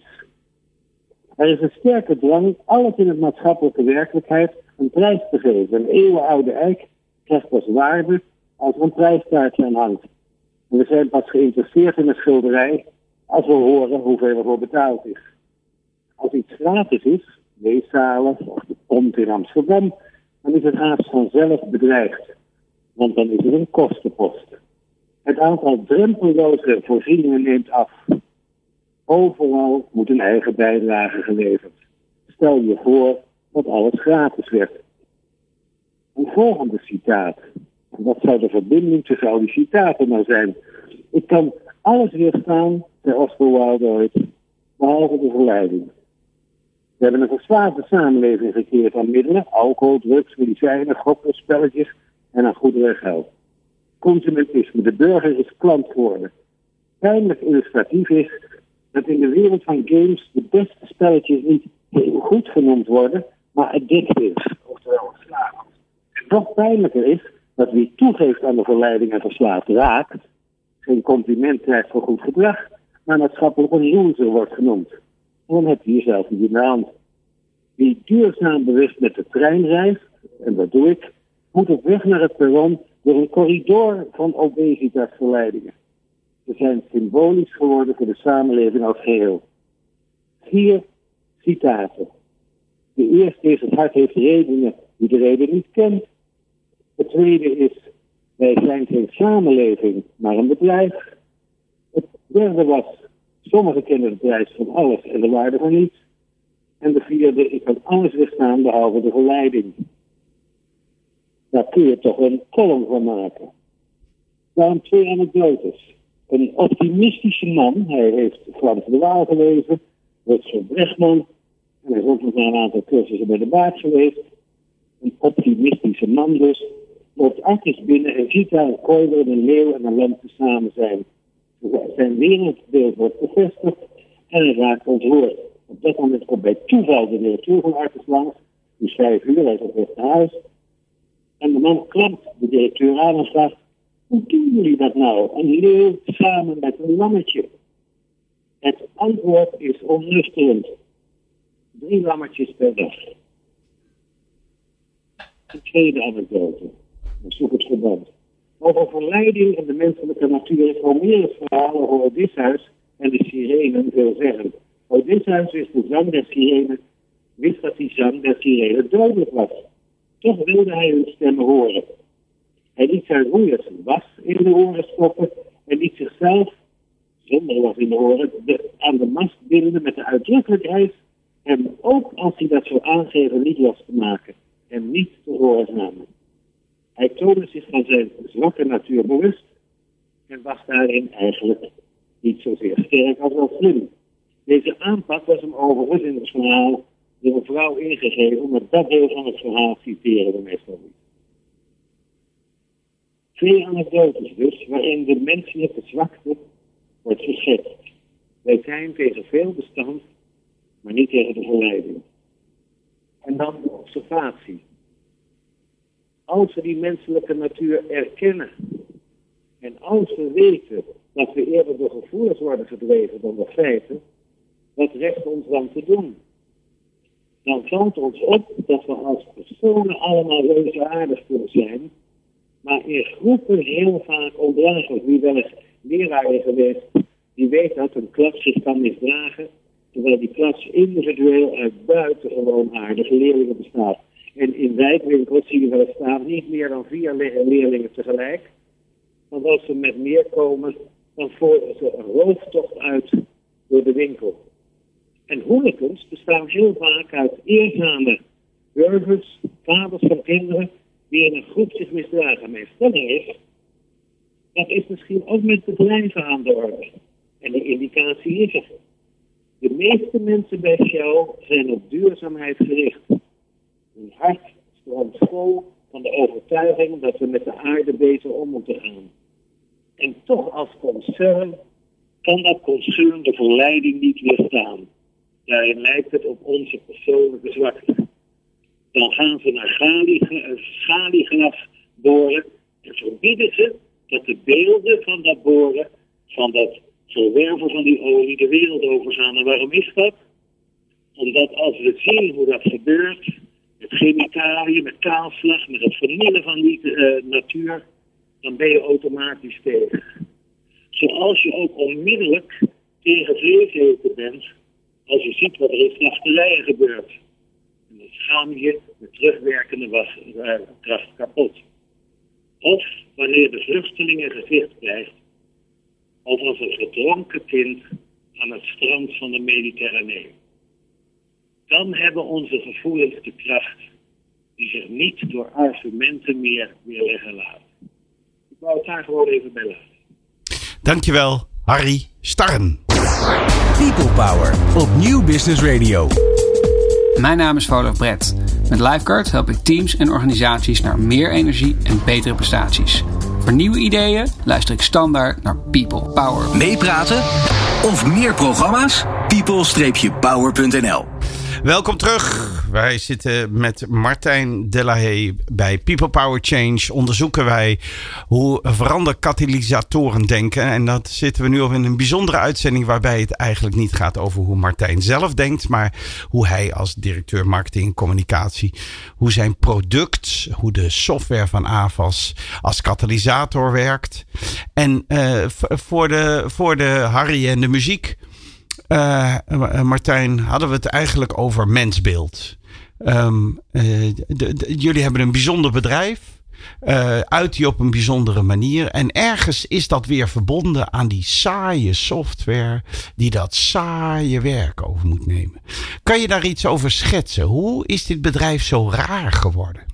Er is een sterke drang alles in het maatschappelijke werkelijkheid een prijs te geven. Een eeuwenoude eik krijgt pas waarde als er een prijskaartje aan hangt. En we zijn pas geïnteresseerd in een schilderij als we horen hoeveel ervoor betaald is. Als iets gratis is, leeszalen of de Pont in Amsterdam, dan is het haast vanzelf bedreigd. Want dan is er een kostenpost. Het aantal drempeloze voorzieningen neemt af. Overal moet een eigen bijdrage geleverd. Stel je voor dat alles gratis werd. Een volgende citaat. Wat zou de verbinding tussen al die citaten nou zijn? Ik kan alles weerstaan, zei Oscar Wilde ooit, behalve de verleiding. We hebben een verslaafde samenleving gecreëerd aan middelen, alcohol, drugs, medicijnen, gokken, spelletjes en aan goederen en geld. Consumentisme, de burger is klant geworden. Pijnlijk illustratief is dat in de wereld van games de beste spelletjes niet heel goed genoemd worden, maar addictive, oftewel verslavend. En nog pijnlijker is dat wie toegeeft aan de verleiding en verslaafd raakt, geen compliment krijgt voor goed gedrag, maar maatschappelijk een loser wordt genoemd. En dan heb je jezelf niet in de hand. Wie duurzaam bewust met de trein reist, en dat doe ik, moet op weg naar het perron door een corridor van obesitasverleidingen. Ze zijn symbolisch geworden voor de samenleving als geheel. 4 citaten. De eerste is, het hart heeft redenen die de reden niet kent. Het tweede is, wij zijn geen samenleving, maar een bedrijf. Het derde was, sommigen kennen de prijs van alles en de waarde van niets. En de vierde, ik kan alles weerstaan behalve de verleiding. Daar kun je toch een column van maken. Daarom 2 anekdotes. Een optimistische man, hij heeft Frans de Waal gelezen, Rutger Bregman, en hij is ook nog naar een aantal cursussen bij de Baard geweest. Een optimistische man dus, loopt Artis binnen en ziet daar een kooi waar een leeuw en een lam samen zijn. Zijn wereldbeeld wordt bevestigd en hij raakt ontroerd. Op dat moment komt bij toeval de directeur van Artis langs, die 5 uur, hij is op weg naar huis. En de man klampt de directeur aan en vraagt: hoe doen jullie dat nou? Een leeuw samen met een lammetje. Het antwoord is onnuchterend. 3 lammetjes per dag. De tweede anekdote. Ik zoek het verband. Over verleiding en de menselijke natuur is Homerus verhaal over Odysseus en de sirenen veelzeggend. Odysseus wist de zang der sirenen, wist dat die zang der sirenen dodelijk was. Toch wilde hij hun stemmen horen. Hij liet zijn roeiers was in de oren stoppen en liet zichzelf, zonder was in de oren, aan de mast binden met de uitdrukkelijke eis hem ook als hij dat zou aangeven niet los te maken en niet te gehoorzamen. Hij toonde zich van zijn zwakke natuur bewust en was daarin eigenlijk niet zozeer sterk als wel slim. Deze aanpak was hem overigens in het verhaal door een vrouw ingegeven, maar dat deel van het verhaal citeren we meestal niet. 2 anekdotes dus, waarin de menselijke zwakte wordt geschetst. Wij zijn tegen veel bestand, maar niet tegen de verleiding. En dan de observatie. Als we die menselijke natuur erkennen en als we weten dat we eerder door gevoelens worden gedreven dan door feiten, wat rest ons dan te doen? Dan valt ons op dat we als personen allemaal reuze aardig kunnen zijn, maar in groepen heel vaak ondraaglijk. Wie wel eens leraar is geweest, die weet dat een klas zich kan misdragen, terwijl die klas individueel uit buitengewoon aardige leerlingen bestaat. En in wijkwinkels zie je wel eens staan niet meer dan 4 leerlingen tegelijk. Want als ze met meer komen, dan voeren ze een rooftocht uit door de winkel. En hooligans bestaan heel vaak uit eerzame burgers, vaders van kinderen, die in een groep zich misdragen. Mijn stelling is, dat is misschien ook met bedrijven aan de orde. En de indicatie is er. De meeste mensen bij Shell zijn op duurzaamheid gericht. Hun hart stroomt vol van de overtuiging dat we met de aarde beter om moeten gaan. En toch als concern kan dat concern de verleiding niet weerstaan. Daarin lijkt het op onze persoonlijke zwakte. Dan gaan ze naar schaliegraf boren en verbieden ze dat de beelden van dat boren, van dat verwerven van die olie, de wereld overgaan. En waarom is dat? Omdat als we zien hoe dat gebeurt, met chemicaliën, met kaalslag, met het vernielen van die natuur, dan ben je automatisch tegen. Zoals je ook onmiddellijk tegen vlees eten bent, als je ziet wat er in slachterijen gebeurt. En dan schaam je met terugwerkende kracht kapot. Of wanneer de vluchteling een gezicht krijgt, of als een verdronken kind aan het strand van de Mediterranee. Dan hebben onze gevoelens de kracht die zich niet door argumenten meer weerleggen laten. Ik wou het daar gewoon even bij laten. Dankjewel, Harry Starren. People Power op Nieuw Business Radio. Mijn naam is Volof Brett. Met Lifeguard help ik teams en organisaties naar meer energie en betere prestaties. Voor nieuwe ideeën luister ik standaard naar People Power. Meepraten of meer programma's? people-power.nl. Welkom terug. Wij zitten met Martijn Delahaye bij People Power Change. Onderzoeken wij hoe veranderkatalysatoren denken. En dat zitten we nu op in een bijzondere uitzending waarbij het eigenlijk niet gaat over hoe Martijn zelf denkt, maar hoe hij als directeur marketing en communicatie, hoe zijn product, hoe de software van AVAS als katalysator werkt. En voor de Harry en de muziek, Martijn, hadden we het eigenlijk over mensbeeld. Jullie hebben een bijzonder bedrijf. uit die op een bijzondere manier. En ergens is dat weer verbonden aan die saaie software die dat saaie werk over moet nemen. Kan je daar iets over schetsen? Hoe is dit bedrijf zo raar geworden?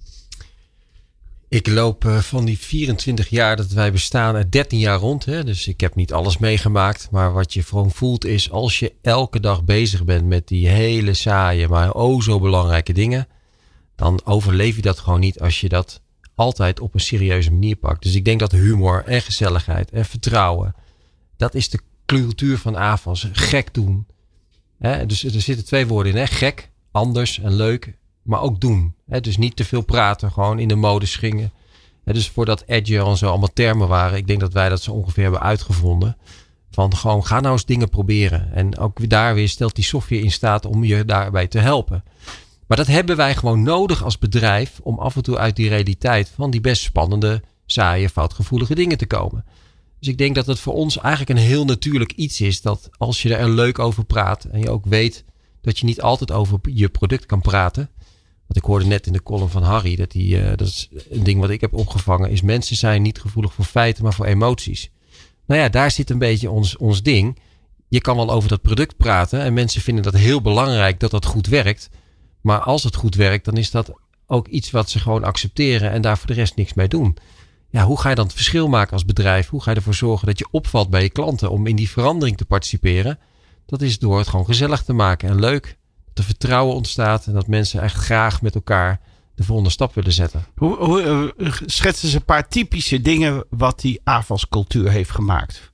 Ik loop van die 24 jaar dat wij bestaan er 13 jaar rond. Hè? Dus ik heb niet alles meegemaakt. Maar wat je gewoon voelt is als je elke dag bezig bent met die hele saaie, maar zo belangrijke dingen. Dan overleef je dat gewoon niet als je dat altijd op een serieuze manier pakt. Dus ik denk dat humor en gezelligheid en vertrouwen. Dat is de cultuur van AFAS. Gek doen. Hè? Dus er zitten 2 woorden in. Hè? Gek, anders en leuk. Maar ook doen. Dus niet te veel praten. Gewoon in de mode schingen. Dus voordat agile en zo allemaal termen waren. Ik denk dat wij dat zo ongeveer hebben uitgevonden. Van gewoon ga nou eens dingen proberen. En ook daar weer stelt die software in staat om je daarbij te helpen. Maar dat hebben wij gewoon nodig als bedrijf. Om af en toe uit die realiteit van die best spannende, saaie, foutgevoelige dingen te komen. Dus ik denk dat het voor ons eigenlijk een heel natuurlijk iets is. Dat als je er leuk over praat. En je ook weet dat je niet altijd over je product kan praten. Want ik hoorde net in de column van Harry. Dat is een ding wat ik heb opgevangen. Is mensen zijn niet gevoelig voor feiten, maar voor emoties. Nou ja, daar zit een beetje ons ding. Je kan wel over dat product praten. En mensen vinden dat heel belangrijk dat dat goed werkt. Maar als het goed werkt, dan is dat ook iets wat ze gewoon accepteren. En daar voor de rest niks mee doen. Ja, hoe ga je dan het verschil maken als bedrijf? Hoe ga je ervoor zorgen dat je opvalt bij je klanten om in die verandering te participeren? Dat is door het gewoon gezellig te maken en leuk. Dat er vertrouwen ontstaat en dat mensen echt graag met elkaar de volgende stap willen zetten. Hoe schetsen ze een paar typische dingen wat die AFAS cultuur heeft gemaakt?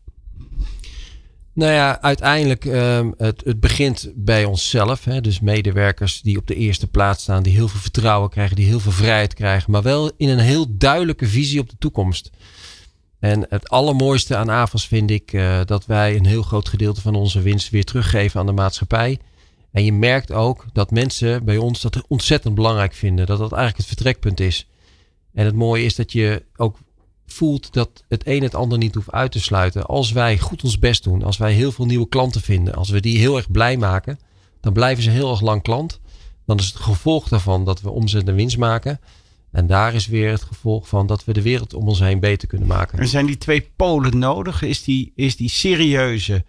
Nou ja, uiteindelijk het begint bij onszelf. Hè? Dus medewerkers die op de eerste plaats staan, die heel veel vertrouwen krijgen, die heel veel vrijheid krijgen, maar wel in een heel duidelijke visie op de toekomst. En het allermooiste aan AFAS vind ik dat wij een heel groot gedeelte van onze winst weer teruggeven aan de maatschappij. En je merkt ook dat mensen bij ons dat ontzettend belangrijk vinden. Dat dat eigenlijk het vertrekpunt is. En het mooie is dat je ook voelt dat het een het ander niet hoeft uit te sluiten. Als wij goed ons best doen. Als wij heel veel nieuwe klanten vinden. Als we die heel erg blij maken. Dan blijven ze heel erg lang klant. Dan is het gevolg daarvan dat we omzet en winst maken. En daar is weer het gevolg van dat we de wereld om ons heen beter kunnen maken. Er zijn die 2 polen nodig. Is die serieuze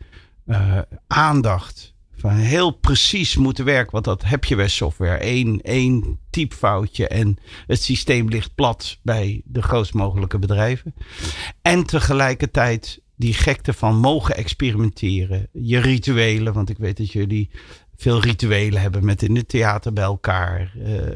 aandacht van heel precies moeten werken. Want dat heb je bij software. Eén typfoutje en het systeem ligt plat bij de grootst mogelijke bedrijven. En tegelijkertijd die gekte van mogen experimenteren. Je rituelen, want ik weet dat jullie veel rituelen hebben met in het theater bij elkaar.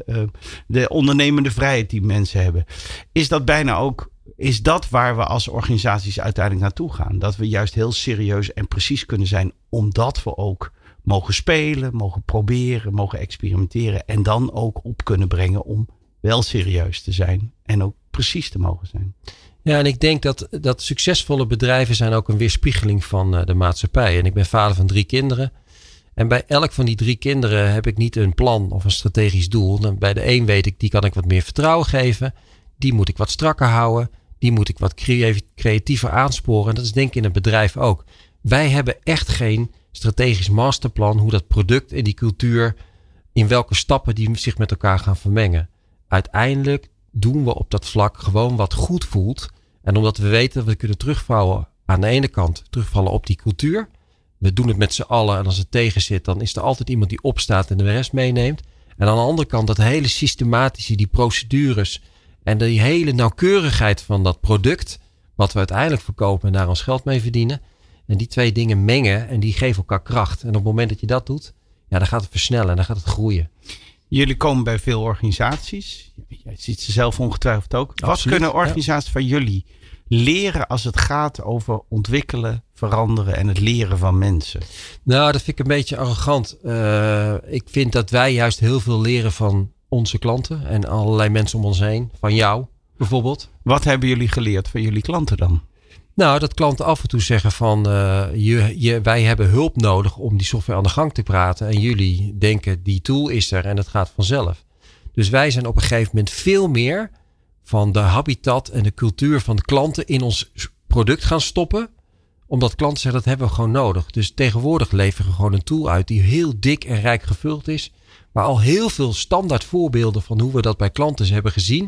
De ondernemende vrijheid die mensen hebben. Is dat bijna ook, is dat waar we als organisaties uiteindelijk naartoe gaan? Dat we juist heel serieus en precies kunnen zijn, omdat we ook mogen spelen, mogen proberen, mogen experimenteren. En dan ook op kunnen brengen om wel serieus te zijn. En ook precies te mogen zijn. Ja, en ik denk dat succesvolle bedrijven zijn ook een weerspiegeling van de maatschappij. En ik ben vader van 3 kinderen. En bij elk van die 3 kinderen heb ik niet een plan of een strategisch doel. Dan bij de een weet ik, die kan ik wat meer vertrouwen geven. Die moet ik wat strakker houden. Die moet ik wat creatiever aansporen. En dat is denk ik in het bedrijf ook. Wij hebben echt geen strategisch masterplan hoe dat product en die cultuur, in welke stappen die zich met elkaar gaan vermengen. Uiteindelijk doen we op dat vlak gewoon wat goed voelt. En omdat we weten dat we kunnen terugvallen aan de ene kant, terugvallen op die cultuur. We doen het met z'n allen en als het tegen zit, dan is er altijd iemand die opstaat en de rest meeneemt. En aan de andere kant dat hele systematische, die procedures en die hele nauwkeurigheid van dat product, wat we uiteindelijk verkopen en daar ons geld mee verdienen. En die 2 dingen mengen en die geven elkaar kracht. En op het moment dat je dat doet, ja, dan gaat het versnellen en dan gaat het groeien. Jullie komen bij veel organisaties. Jij ziet ze zelf ongetwijfeld ook. Absoluut, wat kunnen organisaties van jullie leren als het gaat over ontwikkelen, veranderen en het leren van mensen? Nou, dat vind ik een beetje arrogant. Ik vind dat wij juist heel veel leren van onze klanten en allerlei mensen om ons heen. Van jou bijvoorbeeld. Wat hebben jullie geleerd van jullie klanten dan? Nou, dat klanten af en toe zeggen van wij hebben hulp nodig om die software aan de gang te praten. En jullie denken die tool is er en het gaat vanzelf. Dus wij zijn op een gegeven moment veel meer van de habitat en de cultuur van de klanten in ons product gaan stoppen. Omdat klanten zeggen dat hebben we gewoon nodig. Dus tegenwoordig leveren we gewoon een tool uit die heel dik en rijk gevuld is. Maar al heel veel standaard voorbeelden van hoe we dat bij klanten hebben gezien.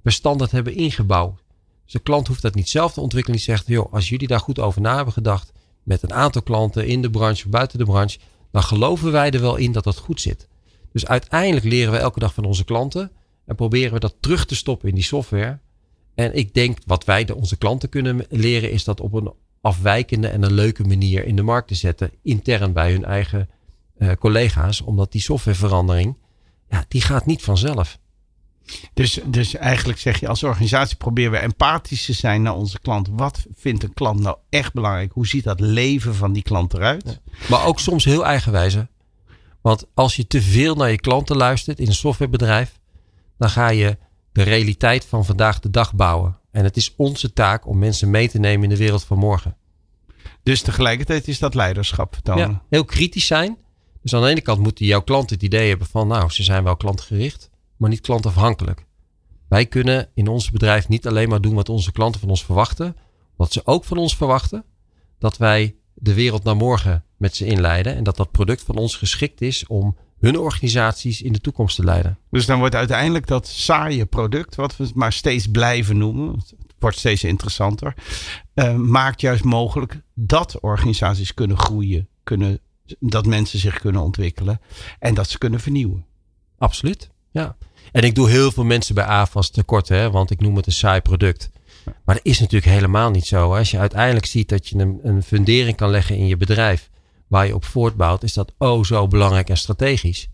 per standaard hebben ingebouwd. Dus de klant hoeft dat niet zelf te ontwikkelen. Die zegt, joh, als jullie daar goed over na hebben gedacht, met een aantal klanten in de branche of buiten de branche, dan geloven wij er wel in dat dat goed zit. Dus uiteindelijk leren we elke dag van onze klanten en proberen we dat terug te stoppen in die software. En ik denk wat wij onze klanten kunnen leren is dat op een afwijkende en een leuke manier in de markt te zetten, intern bij hun eigen collega's, omdat die softwareverandering, die gaat niet vanzelf. Dus eigenlijk zeg je, als organisatie proberen we empathisch te zijn naar onze klant. Wat vindt een klant nou echt belangrijk? Hoe ziet dat leven van die klant eruit? Ja. Maar ook soms heel eigenwijze. Want als je te veel naar je klanten luistert in een softwarebedrijf, dan ga je de realiteit van vandaag de dag bouwen. En het is onze taak om mensen mee te nemen in de wereld van morgen. Dus tegelijkertijd is dat leiderschap tonen. Ja, heel kritisch zijn. Dus aan de ene kant moeten jouw klanten het idee hebben van, ze zijn wel klantgericht, maar niet klantafhankelijk. Wij kunnen in ons bedrijf niet alleen maar doen wat onze klanten van ons verwachten. Wat ze ook van ons verwachten. Dat wij de wereld naar morgen met ze inleiden. En dat dat product van ons geschikt is om hun organisaties in de toekomst te leiden. Dus dan wordt uiteindelijk dat saaie product, wat we maar steeds blijven noemen, het wordt steeds interessanter, maakt juist mogelijk dat organisaties kunnen groeien, dat mensen zich kunnen ontwikkelen en dat ze kunnen vernieuwen. Absoluut, ja. En ik doe heel veel mensen bij AFAS tekort, want ik noem het een saai product. Maar dat is natuurlijk helemaal niet zo. Als je uiteindelijk ziet dat je een fundering kan leggen in je bedrijf waar je op voortbouwt, is dat zo belangrijk en strategisch.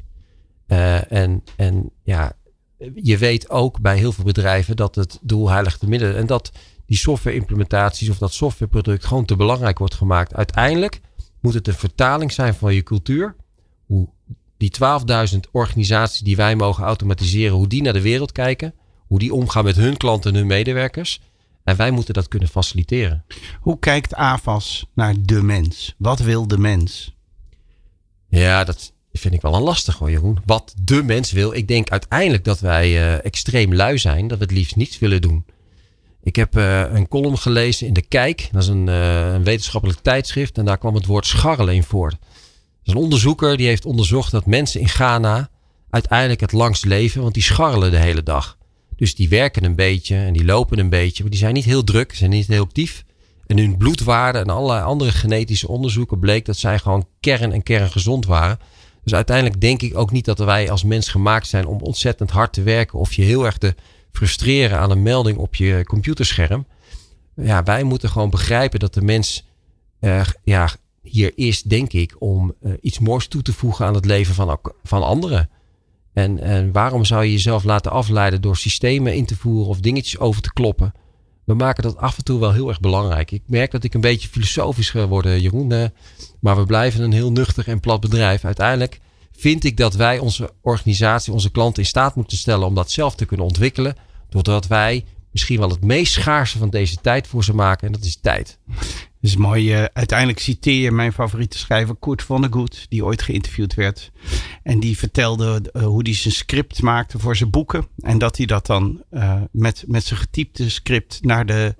Je weet ook bij heel veel bedrijven dat het doel heiligt de middelen en dat die software implementaties of dat softwareproduct gewoon te belangrijk wordt gemaakt. Uiteindelijk moet het een vertaling zijn van je cultuur. Hoe die 12.000 organisaties die wij mogen automatiseren, hoe die naar de wereld kijken, hoe die omgaan met hun klanten en hun medewerkers. En wij moeten dat kunnen faciliteren. Hoe kijkt AFAS naar de mens? Wat wil de mens? Ja, dat vind ik wel een lastig hoor, Jeroen. Wat de mens wil. Ik denk uiteindelijk dat wij extreem lui zijn. Dat we het liefst niets willen doen. Ik heb een column gelezen in De Kijk. Dat is een wetenschappelijk tijdschrift. En daar kwam het woord scharrelen in voor. Dat is een onderzoeker die heeft onderzocht dat mensen in Ghana uiteindelijk het langst leven. Want die scharrelen de hele dag. Dus die werken een beetje en die lopen een beetje. Maar die zijn niet heel druk, zijn niet heel actief. En hun bloedwaarden en allerlei andere genetische onderzoeken bleek dat zij gewoon kerngezond waren. Dus uiteindelijk denk ik ook niet dat wij als mens gemaakt zijn om ontzettend hard te werken. Of je heel erg te frustreren aan een melding op je computerscherm. Ja, wij moeten gewoon begrijpen dat de mens hier is, denk ik, om iets moois toe te voegen aan het leven van anderen. En waarom zou je jezelf laten afleiden door systemen in te voeren of dingetjes over te kloppen? We maken dat af en toe wel heel erg belangrijk. Ik merk dat ik een beetje filosofisch geworden, Jeroen. Maar we blijven een heel nuchter en plat bedrijf. Uiteindelijk vind ik dat wij onze organisatie, onze klanten in staat moeten stellen om dat zelf te kunnen ontwikkelen. Doordat wij misschien wel het meest schaarse van deze tijd voor ze maken. En dat is tijd. Dat is mooi. Uiteindelijk citeer je mijn favoriete schrijver Kurt Vonnegut, die ooit geïnterviewd werd. En die vertelde hoe hij zijn script maakte voor zijn boeken. En dat hij dat dan met zijn getypte script naar de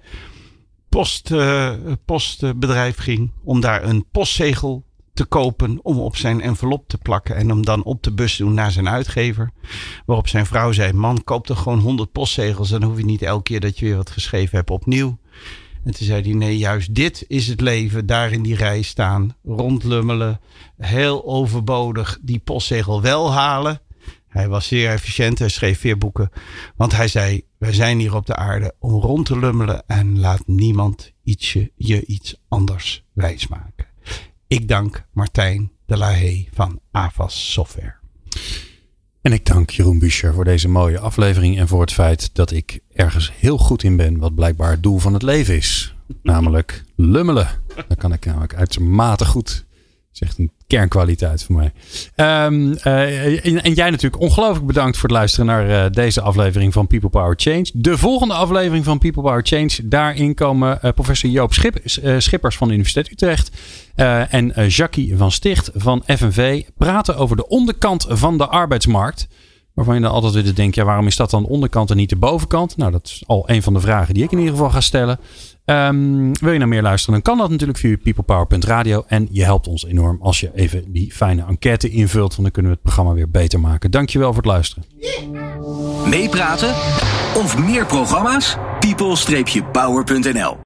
postbedrijf ging. Om daar een postzegel te kopen om op zijn envelop te plakken. En hem dan op de bus te doen naar zijn uitgever. Waarop zijn vrouw zei, man, koop toch gewoon 100 postzegels. Dan hoef je niet elke keer dat je weer wat geschreven hebt opnieuw. En toen zei hij, nee, juist dit is het leven. Daar in die rij staan, rondlummelen. Heel overbodig die postzegel wel halen. Hij was zeer efficiënt, hij schreef 4 boeken. Want hij zei, wij zijn hier op de aarde om rond te lummelen. En laat niemand je iets anders wijsmaken. Ik dank Martijn de La Haye van AFAS Software. En ik dank Jeroen Buescher voor deze mooie aflevering en voor het feit dat ik ergens heel goed in ben wat blijkbaar het doel van het leven is. Namelijk lummelen. Dat kan ik namelijk uitermate goed. Dat is echt een kernkwaliteit voor mij. En jij natuurlijk ongelooflijk bedankt voor het luisteren naar deze aflevering van People Power Change. De volgende aflevering van People Power Change. Daarin komen professor Joop Schippers van de Universiteit Utrecht en Jackie van Sticht van FNV praten over de onderkant van de arbeidsmarkt. Waarvan je dan altijd weer denkt, ja, waarom is dat dan de onderkant en niet de bovenkant? Nou, dat is al een van de vragen die ik in ieder geval ga stellen. Wil je naar meer luisteren, dan kan dat natuurlijk via peoplepower.radio. En je helpt ons enorm als je even die fijne enquête invult. Want dan kunnen we het programma weer beter maken. Dankjewel voor het luisteren. Meepraten Of meer programma's? people-power.nl